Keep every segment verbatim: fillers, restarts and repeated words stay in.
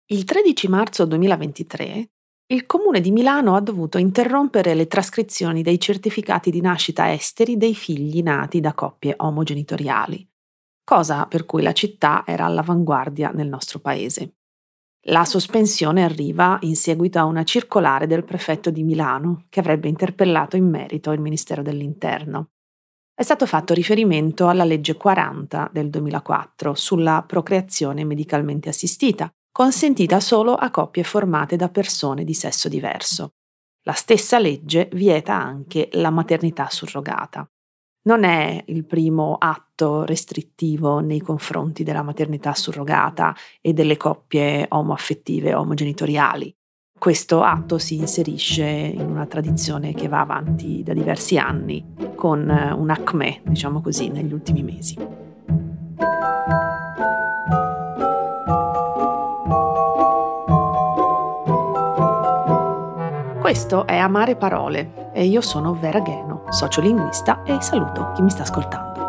Il tredici marzo duemilaventitré il Comune di Milano ha dovuto interrompere le trascrizioni dei certificati di nascita esteri dei figli nati da coppie omogenitoriali, cosa per cui la città era all'avanguardia nel nostro paese. La sospensione arriva in seguito a una circolare del prefetto di Milano che avrebbe interpellato in merito il Ministero dell'Interno. È stato fatto riferimento alla legge quaranta del duemilaquattro sulla procreazione medicalmente assistita, consentita solo a coppie formate da persone di sesso diverso. La stessa legge vieta anche la maternità surrogata. Non è il primo atto restrittivo nei confronti della maternità surrogata e delle coppie omoaffettive omogenitoriali. Questo atto si inserisce in una tradizione che va avanti da diversi anni, con un acmè, diciamo così, negli ultimi mesi. Questo è Amare Parole e io sono Vera Gheno, sociolinguista, e saluto chi mi sta ascoltando.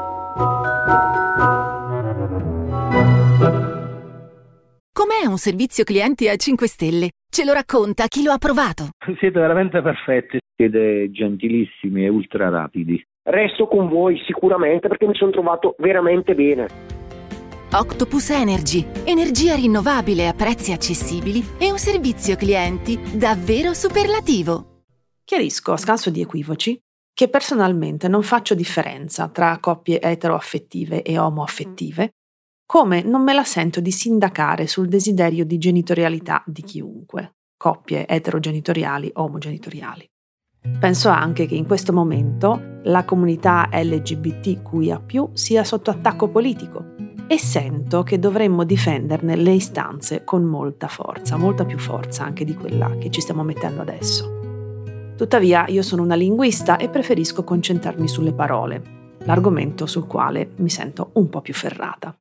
Com'è un servizio clienti a cinque stelle? Ce lo racconta chi lo ha provato. Siete veramente perfetti, siete gentilissimi e ultra rapidi. Resto con voi sicuramente perché mi sono trovato veramente bene. Octopus Energy, energia rinnovabile a prezzi accessibili e un servizio clienti davvero superlativo. Chiarisco, a scanso di equivoci, che personalmente non faccio differenza tra coppie eteroaffettive e omoaffettive, come non me la sento di sindacare sul desiderio di genitorialità di chiunque, coppie eterogenitoriali o omogenitoriali. Penso anche che in questo momento la comunità L G B T Q I A più, sia sotto attacco politico e sento che dovremmo difenderne le istanze con molta forza, molta più forza anche di quella che ci stiamo mettendo adesso. Tuttavia io sono una linguista e preferisco concentrarmi sulle parole, l'argomento sul quale mi sento un po' più ferrata.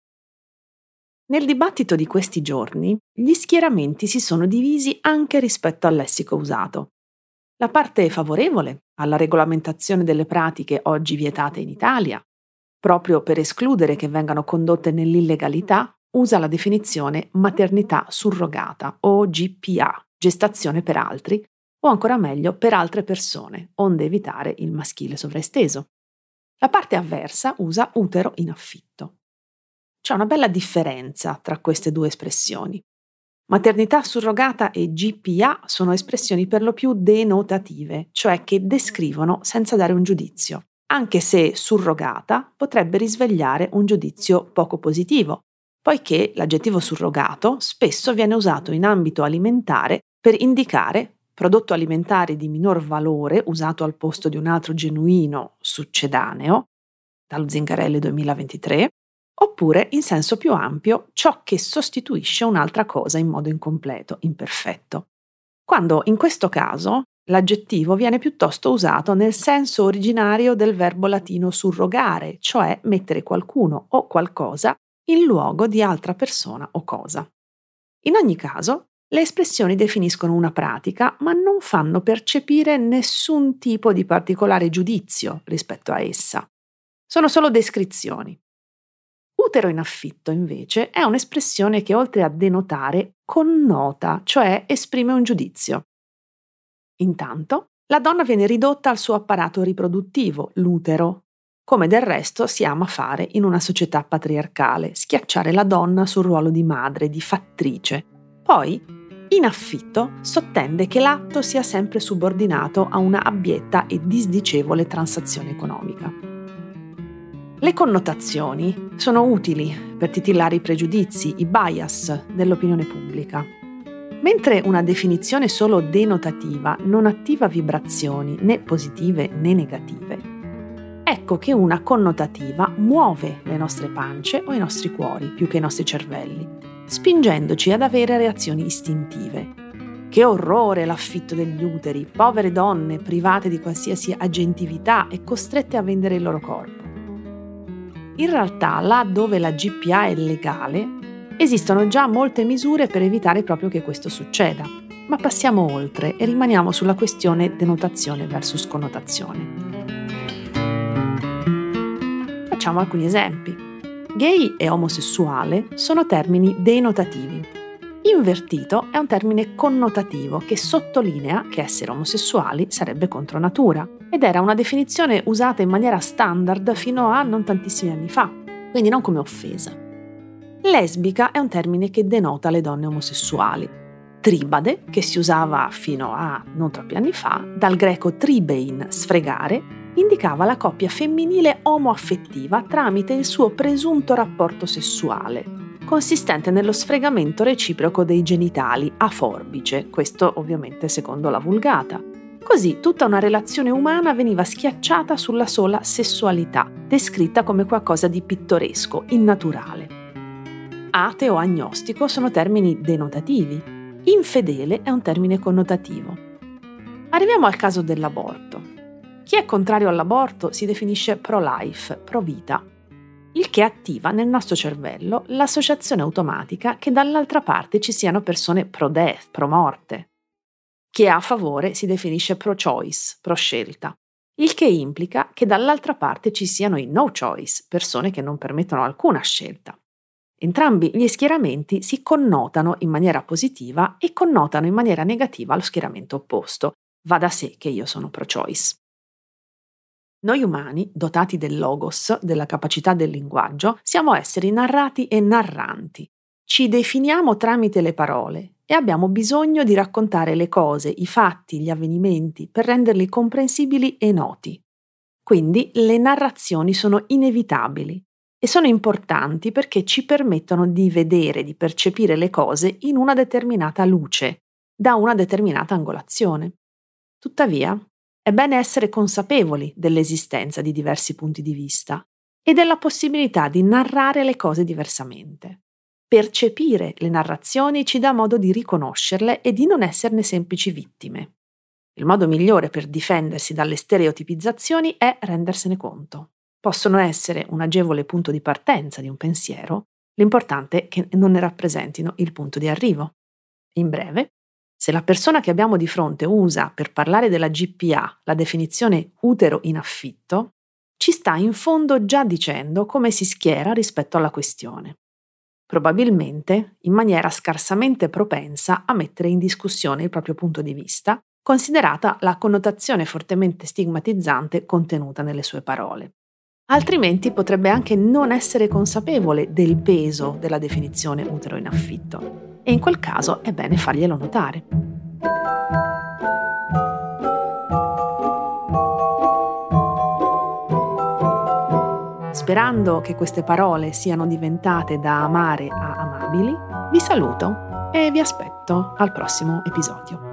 Nel dibattito di questi giorni, gli schieramenti si sono divisi anche rispetto al lessico usato. La parte favorevole alla regolamentazione delle pratiche oggi vietate in Italia, proprio per escludere che vengano condotte nell'illegalità, usa la definizione maternità surrogata o G P A, gestazione per altri, o ancora meglio per altre persone, onde evitare il maschile sovraesteso. La parte avversa usa utero in affitto. C'è una bella differenza tra queste due espressioni. Maternità surrogata e G P A sono espressioni per lo più denotative, cioè che descrivono senza dare un giudizio, anche se surrogata potrebbe risvegliare un giudizio poco positivo, poiché l'aggettivo surrogato spesso viene usato in ambito alimentare per indicare prodotto alimentare di minor valore usato al posto di un altro genuino succedaneo, dallo Zingarelli duemilaventitré, oppure in senso più ampio ciò che sostituisce un'altra cosa in modo incompleto, imperfetto. Quando in questo caso l'aggettivo viene piuttosto usato nel senso originario del verbo latino surrogare, cioè mettere qualcuno o qualcosa in luogo di altra persona o cosa. In ogni caso, le espressioni definiscono una pratica, ma non fanno percepire nessun tipo di particolare giudizio rispetto a essa. Sono solo descrizioni. Utero in affitto, invece, è un'espressione che oltre a denotare, connota, cioè esprime un giudizio. Intanto, la donna viene ridotta al suo apparato riproduttivo, l'utero, come del resto si ama fare in una società patriarcale, schiacciare la donna sul ruolo di madre, di fattrice. Poi, in affitto, sottende che l'atto sia sempre subordinato a una abbietta e disdicevole transazione economica. Le connotazioni sono utili per titillare i pregiudizi, i bias dell'opinione pubblica. Mentre una definizione solo denotativa non attiva vibrazioni né positive né negative, ecco che una connotativa muove le nostre pance o i nostri cuori più che i nostri cervelli, spingendoci ad avere reazioni istintive. Che orrore l'affitto degli uteri, povere donne private di qualsiasi agentività e costrette a vendere il loro corpo. In realtà, là dove la G P A è legale, esistono già molte misure per evitare proprio che questo succeda, ma passiamo oltre e rimaniamo sulla questione denotazione versus connotazione. Facciamo alcuni esempi. Gay e omosessuale sono termini denotativi. Invertito è un termine connotativo che sottolinea che essere omosessuali sarebbe contro natura ed era una definizione usata in maniera standard fino a non tantissimi anni fa, quindi non come offesa. Lesbica è un termine che denota le donne omosessuali. Tribade, che si usava fino a non troppi anni fa, dal greco tribein, sfregare, indicava la coppia femminile omoaffettiva tramite il suo presunto rapporto sessuale, consistente nello sfregamento reciproco dei genitali a forbice, questo ovviamente secondo la Vulgata. Così tutta una relazione umana veniva schiacciata sulla sola sessualità, descritta come qualcosa di pittoresco, innaturale. Ateo o agnostico sono termini denotativi. Infedele è un termine connotativo. Arriviamo al caso dell'aborto. Chi è contrario all'aborto si definisce pro-life, pro-vita, il che attiva nel nostro cervello l'associazione automatica che dall'altra parte ci siano persone pro-death, pro-morte. Chi è a favore si definisce pro-choice, pro-scelta, il che implica che dall'altra parte ci siano i no-choice, persone che non permettono alcuna scelta. Entrambi gli schieramenti si connotano in maniera positiva e connotano in maniera negativa lo schieramento opposto. Va da sé che io sono pro-choice. Noi umani, dotati del logos, della capacità del linguaggio, siamo esseri narrati e narranti. Ci definiamo tramite le parole e abbiamo bisogno di raccontare le cose, i fatti, gli avvenimenti per renderli comprensibili e noti. Quindi le narrazioni sono inevitabili e sono importanti perché ci permettono di vedere, di percepire le cose in una determinata luce, da una determinata angolazione. Tuttavia, è bene essere consapevoli dell'esistenza di diversi punti di vista e della possibilità di narrare le cose diversamente. Percepire le narrazioni ci dà modo di riconoscerle e di non esserne semplici vittime. Il modo migliore per difendersi dalle stereotipizzazioni è rendersene conto. Possono essere un agevole punto di partenza di un pensiero, l'importante è che non ne rappresentino il punto di arrivo. In breve, se la persona che abbiamo di fronte usa per parlare della G P A la definizione utero in affitto, ci sta in fondo già dicendo come si schiera rispetto alla questione. Probabilmente in maniera scarsamente propensa a mettere in discussione il proprio punto di vista, considerata la connotazione fortemente stigmatizzante contenuta nelle sue parole. Altrimenti potrebbe anche non essere consapevole del peso della definizione utero in affitto. E in quel caso è bene farglielo notare. Sperando che queste parole siano diventate da amare a amabili, vi saluto e vi aspetto al prossimo episodio.